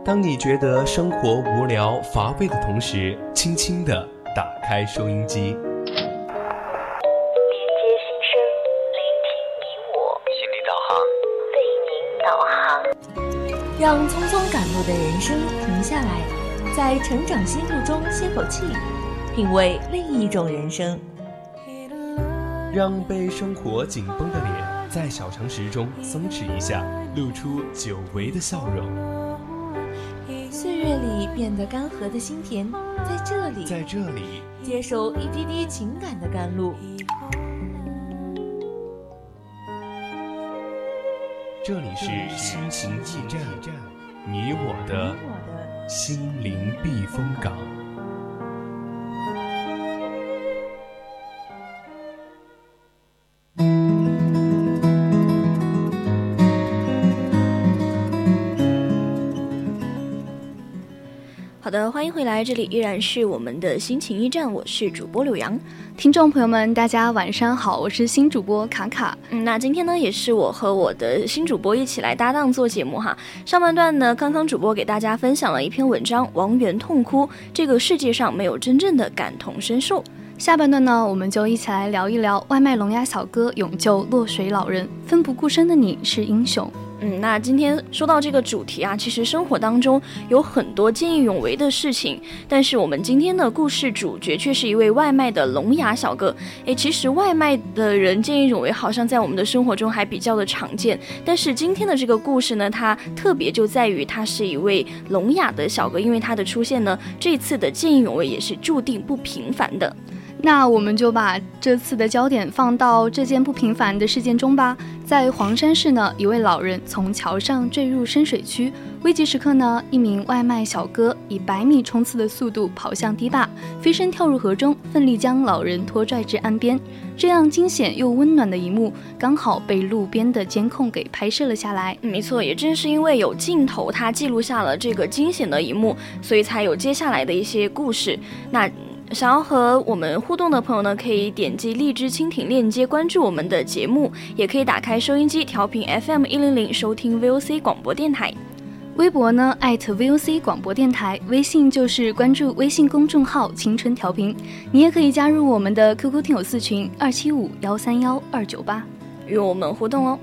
当你觉得生活无聊乏味的同时，轻轻地打开收音机， 连接心声，聆听你我， 心理导航， 为您导航。 让匆匆赶路的人生停下来，在成长心路中歇口气，品味另一种人生。 让被生活紧绷的脸在小常识中松弛一下，露出久违的笑容。 岁月里变得干涸的心田，在这里接受一滴滴情感的甘露。 这里是心情驿站，你我的心灵避风港。 好的，欢迎回来，这里依然是我们的心情驿站，我是主播柳阳。 听众朋友们大家晚上好，我是新主播卡卡。 那今天呢也是我和我的新主播一起来搭档做节目哈。上半段呢，康康主播给大家分享了一篇文章，王源痛哭，这个世界上没有真正的感同身受。 下半段呢，我们就一起来聊一聊外卖聋哑小哥勇救落水老人，奋不顾身的你是英雄。 那今天说到这个主题啊，其实生活当中有很多见义勇为的事情，但是我们今天的故事主角却是一位外卖的聋哑小哥。其实外卖的人见义勇为好像在我们的生活中还比较的常见，但是今天的这个故事呢，它特别就在于他是一位聋哑的小哥，因为他的出现呢，这次的见义勇为也是注定不平凡的。 那我们就把这次的焦点放到这件不平凡的事件中吧。在黄山市呢，一位老人从桥上坠入深水区，危急时刻呢，一名外卖小哥以100米冲刺的速度跑向堤坝，飞身跳入河中，奋力将老人拖拽至岸边。这样惊险又温暖的一幕，刚好被路边的监控给拍摄了下来。 没错，也正是因为有镜头，它记录下了这个惊险的一幕，所以才有接下来的一些故事。那想要和我们互动的朋友呢，可以点击荔枝蜻蜓链接关注我们的节目，也可以打开收音机调频 FM100 收听 VOC 广播电台。 微博呢@VOC 广播电台，微信就是关注微信公众号青春调频。你也可以加入我们的 QQ 听友4群275131298， 与我们互动哦。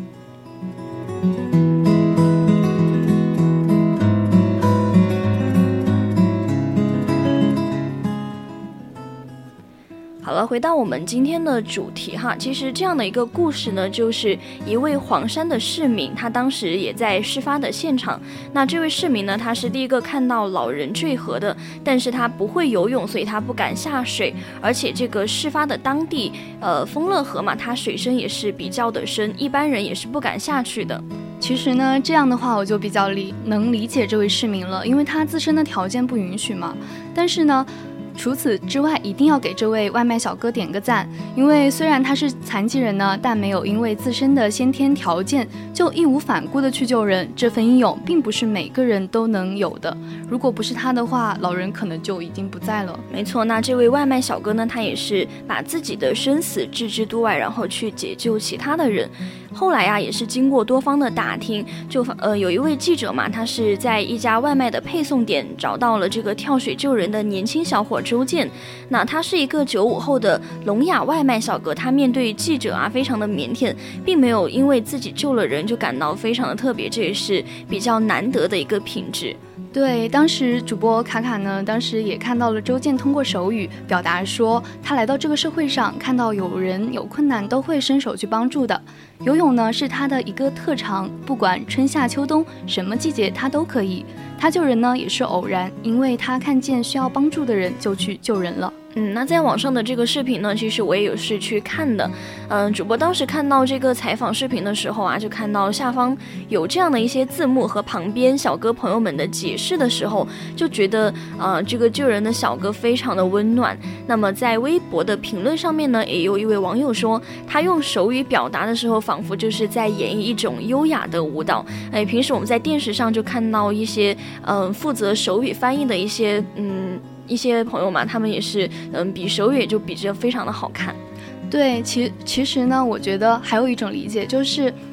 好了，回到我们今天的主题哈，其实这样的一个故事呢，就是一位黄山的市民，他当时也在事发的现场。那这位市民呢，他是第一个看到老人坠河的，但是他不会游泳，所以他不敢下水。而且这个事发的当地，丰乐河嘛，它水深也是比较的深，一般人也是不敢下去的。 其实呢，这样的话我就比较能理解这位市民了，因为他自身的条件不允许嘛。但是呢，除此之外，一定要给这位外卖小哥点个赞，因为虽然他是残疾人呢，但没有因为自身的先天条件就义无反顾的去救人，这份英勇并不是每个人都能有的。如果不是他的话，老人可能就已经不在了。 没错，那这位外卖小哥呢，他也是把自己的生死置之度外，然后去解救其他的人。后来啊，也是经过多方的打听，就有一位记者嘛，他是在一家外卖的配送点找到了这个跳水救人的年轻小伙周健。那他是一个95后的聋哑外卖小哥，他面对记者啊非常的腼腆，并没有因为自己救了人就感到非常的特别，这也是比较难得的一个品质。 对，当时主播卡卡呢，当时也看到了周健通过手语表达说，他来到这个社会上，看到有人有困难都会伸手去帮助的。游泳呢是他的一个特长，不管春夏秋冬什么季节他都可以。他救人呢也是偶然，因为他看见需要帮助的人就去救人了。 那在网上的这个视频呢，其实我也有是去看的。主播当时看到这个采访视频的时候啊，就看到下方有这样的一些字幕和旁边小哥朋友们的解释的时候，就觉得这个救人的小哥非常的温暖。那么在微博的评论上面呢，也有一位网友说，他用手语表达的时候，仿佛就是在演绎一种优雅的舞蹈。平时我们在电视上就看到一些负责手语翻译的一些朋友嘛，他们也是比手语就比着非常的好看。 对，其实呢，我觉得还有一种理解就是，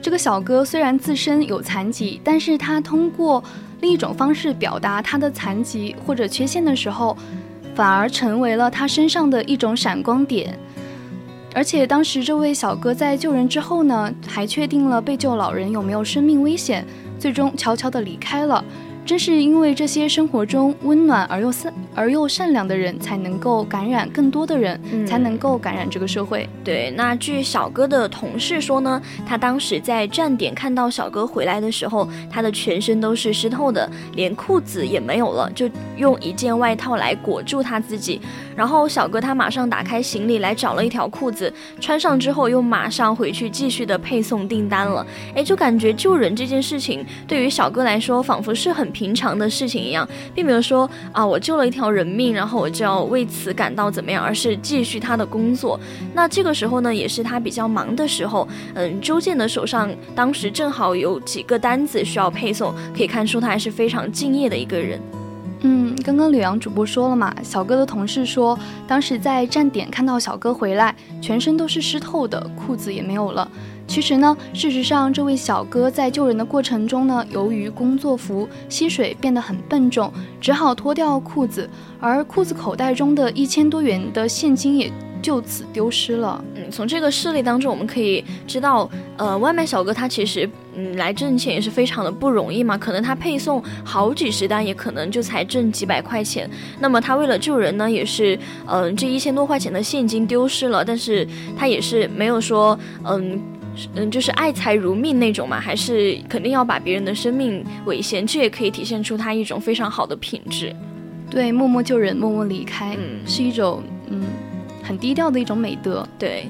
这个小哥虽然自身有残疾，但是他通过另一种方式表达他的残疾或者缺陷的时候，反而成为了他身上的一种闪光点。而且当时这位小哥在救人之后呢，还确定了被救老人有没有生命危险，最终悄悄地离开了。正是因为这些生活中温暖而又善良的人，才能够感染更多的人，才能够感染这个社会。 对，那据小哥的同事说呢，他当时在站点看到小哥回来的时候，他的全身都是湿透的，连裤子也没有了，就用一件外套来裹住他自己。然后小哥他马上打开行李来找了一条裤子穿上之后，又马上回去继续的配送订单了。就感觉救人这件事情对于小哥来说仿佛是很平常的事情一样，并没有说我救了一条人命，然后我就要为此感到怎么样，而是继续他的工作。那这个时候呢，也是他比较忙的时候。周健的手上当时正好有几个单子需要配送，可以看出他还是非常敬业的一个人。 刚刚柳阳主播说了嘛，小哥的同事说，当时在站点看到小哥回来，全身都是湿透的，裤子也没有了。其实呢，事实上这位小哥在救人的过程中呢，由于工作服吸水变得很笨重，只好脱掉裤子，而裤子口袋中的1000多元的现金也就此丢失了。 从这个事例当中我们可以知道，外卖小哥他其实来挣钱也是非常的不容易嘛，可能他配送好几十单，也可能就才挣几百块钱。那么他为了救人呢，也是这1000多块钱的现金丢失了，但是他也是没有说就是爱财如命那种嘛，还是肯定要把别人的生命为先，这也可以体现出他一种非常好的品质。 对，默默救人，默默离开，是一种很低调的一种美德。 对。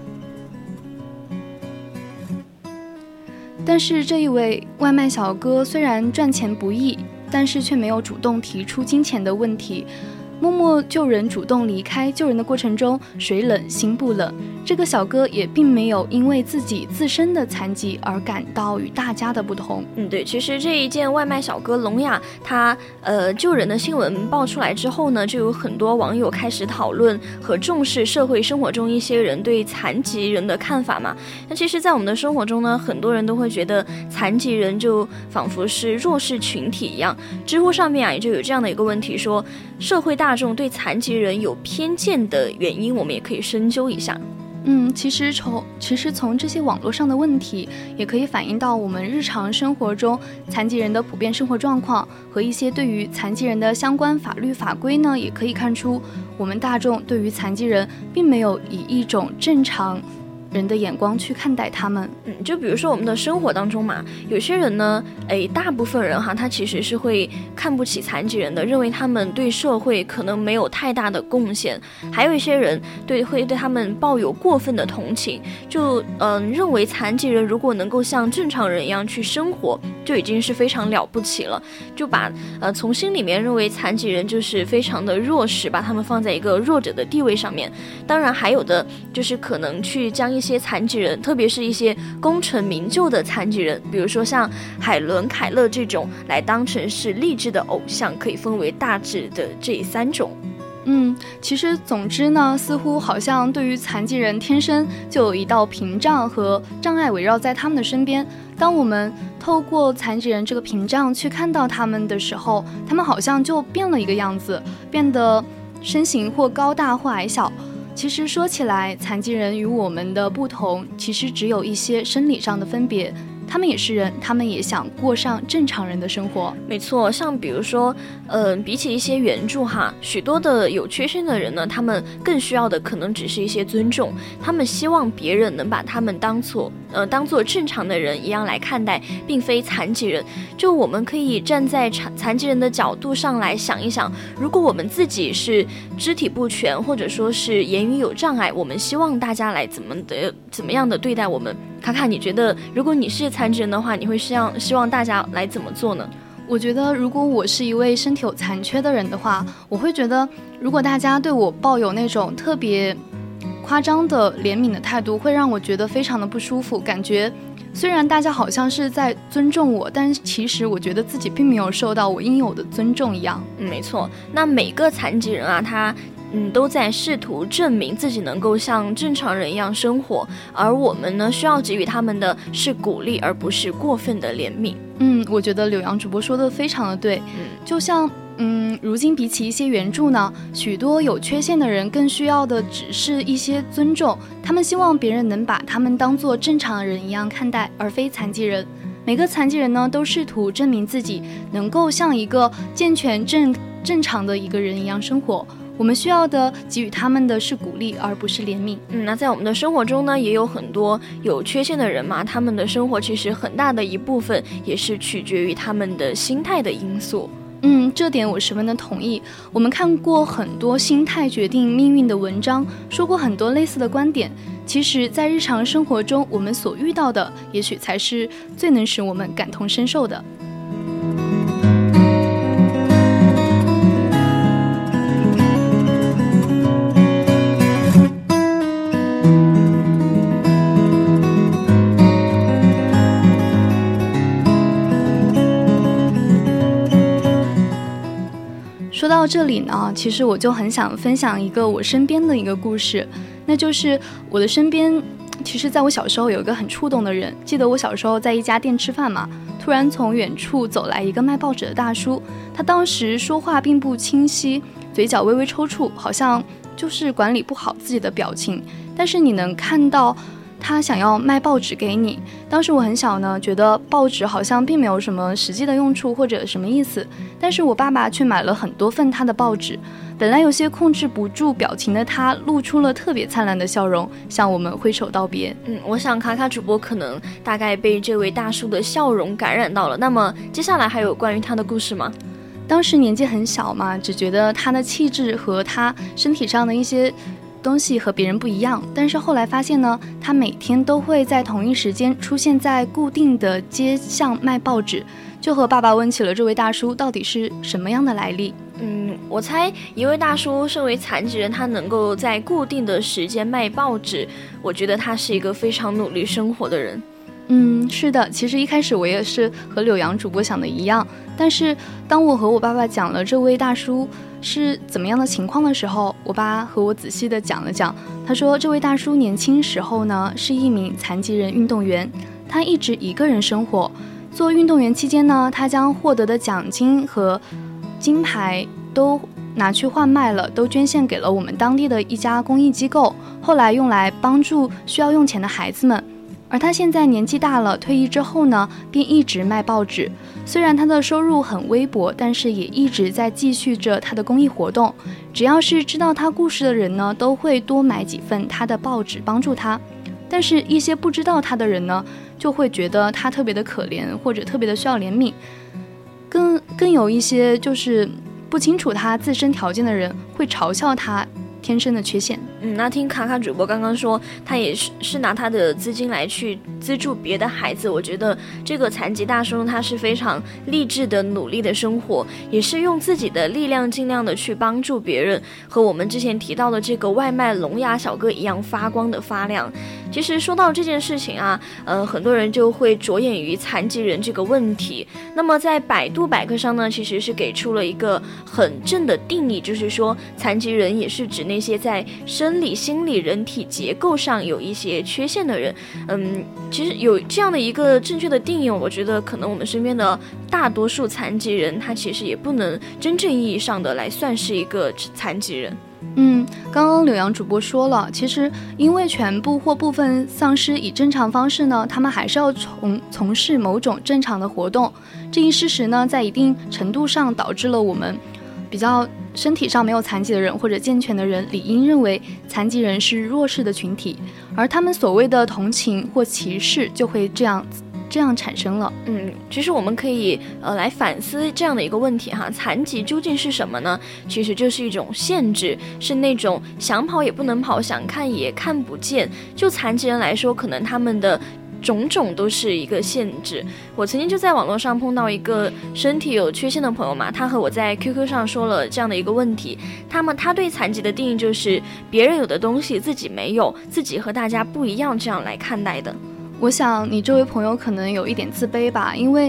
但是这一位外卖小哥虽然赚钱不易，但是却没有主动提出金钱的问题，默默救人，主动离开。救人的过程中，水冷心不冷。这个小哥也并没有因为自己自身的残疾而感到与大家的不同。 对，其实这一件外卖小哥聋哑他救人的新闻爆出来之后呢，就有很多网友开始讨论和重视社会生活中一些人对残疾人的看法嘛。那其实在我们的生活中呢，很多人都会觉得残疾人就仿佛是弱势群体一样。知乎上面也就有这样的一个问题，说社会大众对残疾人有偏见的原因，我们也可以深究一下。 其实从这些网络上的问题，也可以反映到我们日常生活中残疾人的普遍生活状况和一些对于残疾人的相关法律法规呢，也可以看出我们大众对于残疾人并没有以一种正常人的眼光去看待他们。 就比如说我们的生活当中嘛，有些人呢，大部分人他其实是会看不起残疾人的，认为他们对社会可能没有太大的贡献。还有一些人会对他们抱有过分的同情，就认为残疾人如果能够像正常人一样去生活，就已经是非常了不起了，就把从心里面认为残疾人就是非常的弱势，把他们放在一个弱者的地位上面。当然还有的就是可能去将一些残疾人，特别是一些功成名就的残疾人，比如说像海伦、凯勒这种，来当成是励志的偶像，可以分为大致的这3种。 其实总之呢，似乎好像对于残疾人天生就有一道屏障和障碍围绕在他们的身边。当我们透过残疾人这个屏障去看到他们的时候，他们好像就变了一个样子，变得身形或高大或矮小。其实说起来，残疾人与我们的不同，其实只有一些生理上的分别。他们也是人，他们也想过上正常人的生活。 没错，像比如说比起一些援助许多的有缺陷的人呢，他们更需要的可能只是一些尊重，他们希望别人能把他们当作正常的人一样来看待，并非残疾人。就我们可以站在残疾人的角度上来想一想，如果我们自己是肢体不全，或者说是言语有障碍，我们希望大家来怎么样的对待我们。卡卡，你觉得如果你是残疾人的话，你会希望大家来怎么做呢？ 我觉得如果我是一位身体有残缺的人的话，我会觉得如果大家对我抱有那种特别夸张的怜悯的态度，会让我觉得非常的不舒服，感觉虽然大家好像是在尊重我，但其实我觉得自己并没有受到我应有的尊重一样。 没错，那每个残疾人他都在试图证明自己能够像正常人一样生活，而我们呢，需要给予他们的是鼓励，而不是过分的怜悯。 我觉得柳阳主播说的非常的对，就像如今比起一些援助呢，许多有缺陷的人更需要的只是一些尊重，他们希望别人能把他们当作正常人一样看待，而非残疾人。每个残疾人呢，都试图证明自己能够像一个健全正常的一个人一样生活。我们需要的给予他们的是鼓励，而不是怜悯。 那在我们的生活中呢，也有很多有缺陷的人嘛，他们的生活其实很大的一部分也是取决于他们的心态的因素。 这点我十分的同意。我们看过很多心态决定命运的文章，说过很多类似的观点。其实在日常生活中，我们所遇到的也许才是最能使我们感同身受的。说到这里呢，其实我就很想分享一个我身边的一个故事，那就是我的身边，其实在我小时候有一个很触动的人。记得我小时候在一家店吃饭嘛，突然从远处走来一个卖报纸的大叔，他当时说话并不清晰，嘴角微微抽搐，好像就是管理不好自己的表情，但是你能看到他想要卖报纸给你。当时我很小呢，觉得报纸好像并没有什么实际的用处或者什么意思，但是我爸爸却买了很多份他的报纸。本来有些控制不住表情的他，露出了特别灿烂的笑容，向我们挥手道别。 我想卡卡主播可能大概被这位大叔的笑容感染到了。那么接下来还有关于他的故事吗？ 当时年纪很小嘛，只觉得他的气质和他身体上的一些东西和别人不一样，但是后来发现呢，他每天都会在同一时间出现在固定的街巷卖报纸，就和爸爸问起了这位大叔到底是什么样的来历。 我猜一位大叔身为残疾人，他能够在固定的时间卖报纸，我觉得他是一个非常努力生活的人。 是的，其实一开始我也是和柳阳主播想的一样，但是当我和我爸爸讲了这位大叔是怎么样的情况的时候，我爸和我仔细的讲了讲。他说这位大叔年轻时候呢是一名残疾人运动员，他一直一个人生活。做运动员期间呢，他将获得的奖金和金牌都拿去换卖了，都捐献给了我们当地的一家公益机构，后来用来帮助需要用钱的孩子们。而他现在年纪大了，退役之后呢，便一直卖报纸。虽然他的收入很微薄，但是也一直在继续着他的公益活动。只要是知道他故事的人呢，都会多买几份他的报纸帮助他。但是一些不知道他的人呢，就会觉得他特别的可怜，或者特别的需要怜悯。更有一些就是不清楚他自身条件的人，会嘲笑他天生的缺陷。 那听卡卡主播刚刚说，他也是拿他的资金来去资助别的孩子，我觉得这个残疾大叔他是非常励志的努力的生活，也是用自己的力量尽量的去帮助别人，和我们之前提到的这个外卖聋哑小哥一样发光的发亮。其实说到这件事情啊，很多人就会着眼于残疾人这个问题。那么在百度百科上呢，其实是给出了一个很正的定义，就是说残疾人也是指那些在生理、心理、人体结构上有一些缺陷的人。其实有这样的一个正确的定义，我觉得可能我们身边的大多数残疾人，他其实也不能真正意义上的来算是一个残疾人。 刚刚柳阳主播说了，其实因为全部或部分丧失以正常方式呢，他们还是要从事某种正常的活动。这一事实呢，在一定程度上导致了我们比较身体上没有残疾的人或者健全的人理应认为残疾人是弱势的群体，而他们所谓的同情或歧视就会这样产生了。 其实我们可以来反思这样的一个问题哈，残疾究竟是什么呢？其实就是一种限制，是那种想跑也不能跑，想看也看不见。就残疾人来说，可能他们的种种都是一个限制。我曾经就在网络上碰到一个身体有缺陷的朋友嘛，他和我在 QQ 上说了这样的一个问题，他对残疾的定义就是别人有的东西自己没有，自己和大家不一样，这样来看待的。 我想你这位朋友可能有一点自卑吧，因为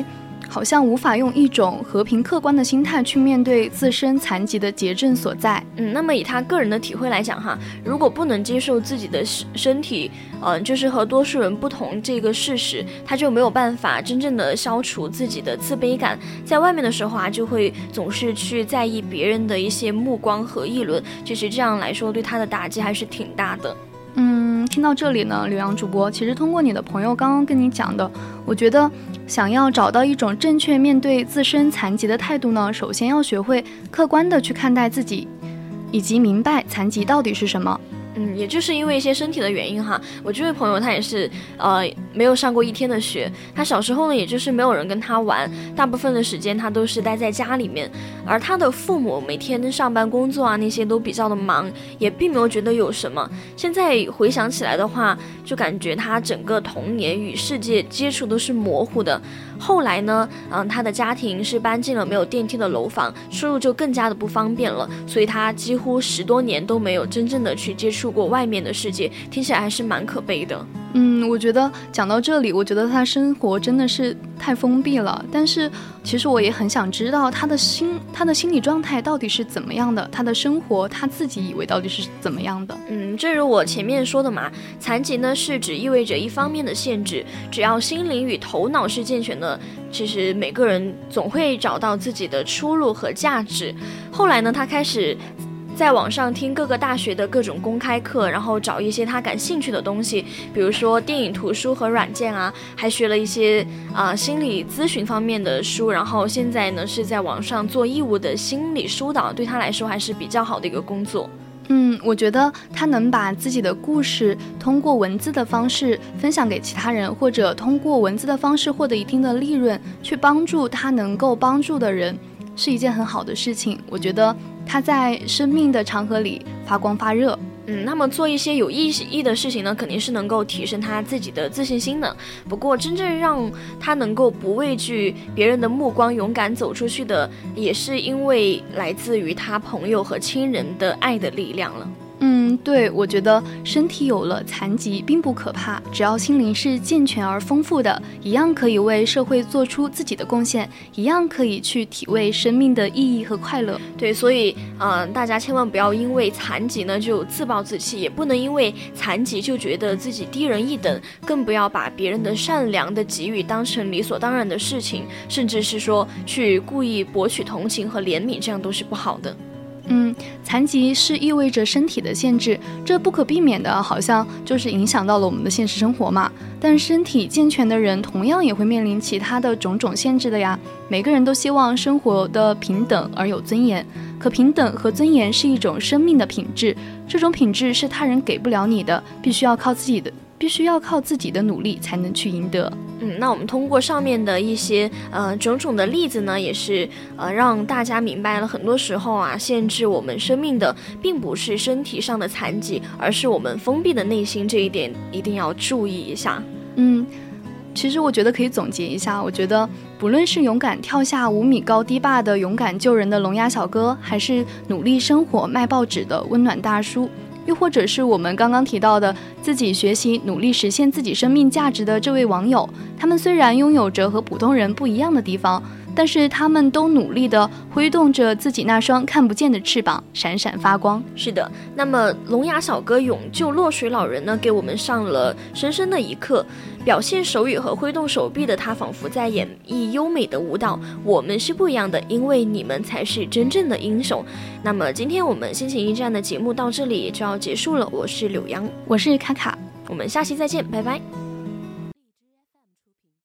好像无法用一种和平客观的心态去面对自身残疾的结症所在。 那么以他个人的体会来讲哈，如果不能接受自己的身体就是和多数人不同这个事实，他就没有办法真正的消除自己的自卑感，在外面的时候啊，就会总是去在意别人的一些目光和议论，其实这样来说对他的打击还是挺大的。 听到这里呢，刘洋主播，其实通过你的朋友刚刚跟你讲的，我觉得想要找到一种正确面对自身残疾的态度呢，首先要学会客观的去看待自己，以及明白残疾到底是什么。 也就是因为一些身体的原因哈，我这位朋友他也是没有上过一天的学，他小时候呢也就是没有人跟他玩，大部分的时间他都是待在家里面，而他的父母每天上班工作啊那些都比较的忙，也并没有觉得有什么。现在回想起来的话，就感觉他整个童年与世界接触都是模糊的。后来呢他的家庭是搬进了没有电梯的楼房，出入就更加的不方便了，所以他几乎10多年都没有真正的去接触过外面的世界，听起来还是蛮可悲的。 我觉得讲到这里，我觉得他生活真的是太封闭了，但是其实我也很想知道他的心理状态到底是怎么样的，他的生活他自己以为到底是怎么样的。 正如我前面说的嘛，残疾呢是只意味着一方面的限制，只要心灵与头脑是健全的，其实每个人总会找到自己的出路和价值。后来呢，他开始在网上听各个大学的各种公开课，然后找一些他感兴趣的东西，比如说电影图书和软件啊，还学了一些心理咨询方面的书，然后现在呢是在网上做义务的心理疏导，对他来说还是比较好的一个工作。 我觉得他能把自己的故事通过文字的方式分享给其他人，或者通过文字的方式获得一定的利润，去帮助他能够帮助的人，是一件很好的事情。我觉得他在生命的长河里发光发热。 那么做一些有意义的事情呢，肯定是能够提升他自己的自信心的。不过真正让他能够不畏惧别人的目光，勇敢走出去的，也是因为来自于他朋友和亲人的爱的力量了。 对，我觉得身体有了残疾并不可怕，只要心灵是健全而丰富的，一样可以为社会做出自己的贡献，一样可以去体味生命的意义和快乐。 对，所以大家千万不要因为残疾呢就自暴自弃，也不能因为残疾就觉得自己低人一等，更不要把别人的善良的给予当成理所当然的事情，甚至是说去故意博取同情和怜悯，这样都是不好的。 残疾是意味着身体的限制，这不可避免的，好像就是影响到了我们的现实生活嘛。但身体健全的人同样也会面临其他的种种限制的呀。每个人都希望生活的平等而有尊严，可平等和尊严是一种生命的品质，这种品质是他人给不了你的，必须要靠自己的努力才能去赢得。 那我们通过上面的一些种种的例子呢，也是让大家明白了，很多时候啊，限制我们生命的并不是身体上的残疾，而是我们封闭的内心，这一点一定要注意一下。 其实我觉得可以总结一下，我觉得不论是勇敢跳下5米高堤坝的勇敢救人的聋哑小哥，还是努力生活卖报纸的温暖大叔，又或者是我们刚刚提到的自己学习努力实现自己生命价值的这位网友，他们虽然拥有着和普通人不一样的地方，但是他们都努力地挥动着自己那双看不见的翅膀，闪闪发光。 是的，那么聋哑小哥勇救落水老人呢，给我们上了深深的一课。表现手语和挥动手臂的他，仿佛在演绎优美的舞蹈。我们是不一样的，因为你们才是真正的英雄。那么今天我们心情驿站的节目到这里就要结束了，我是柳阳， 我是卡卡， 我们下期再见，拜拜。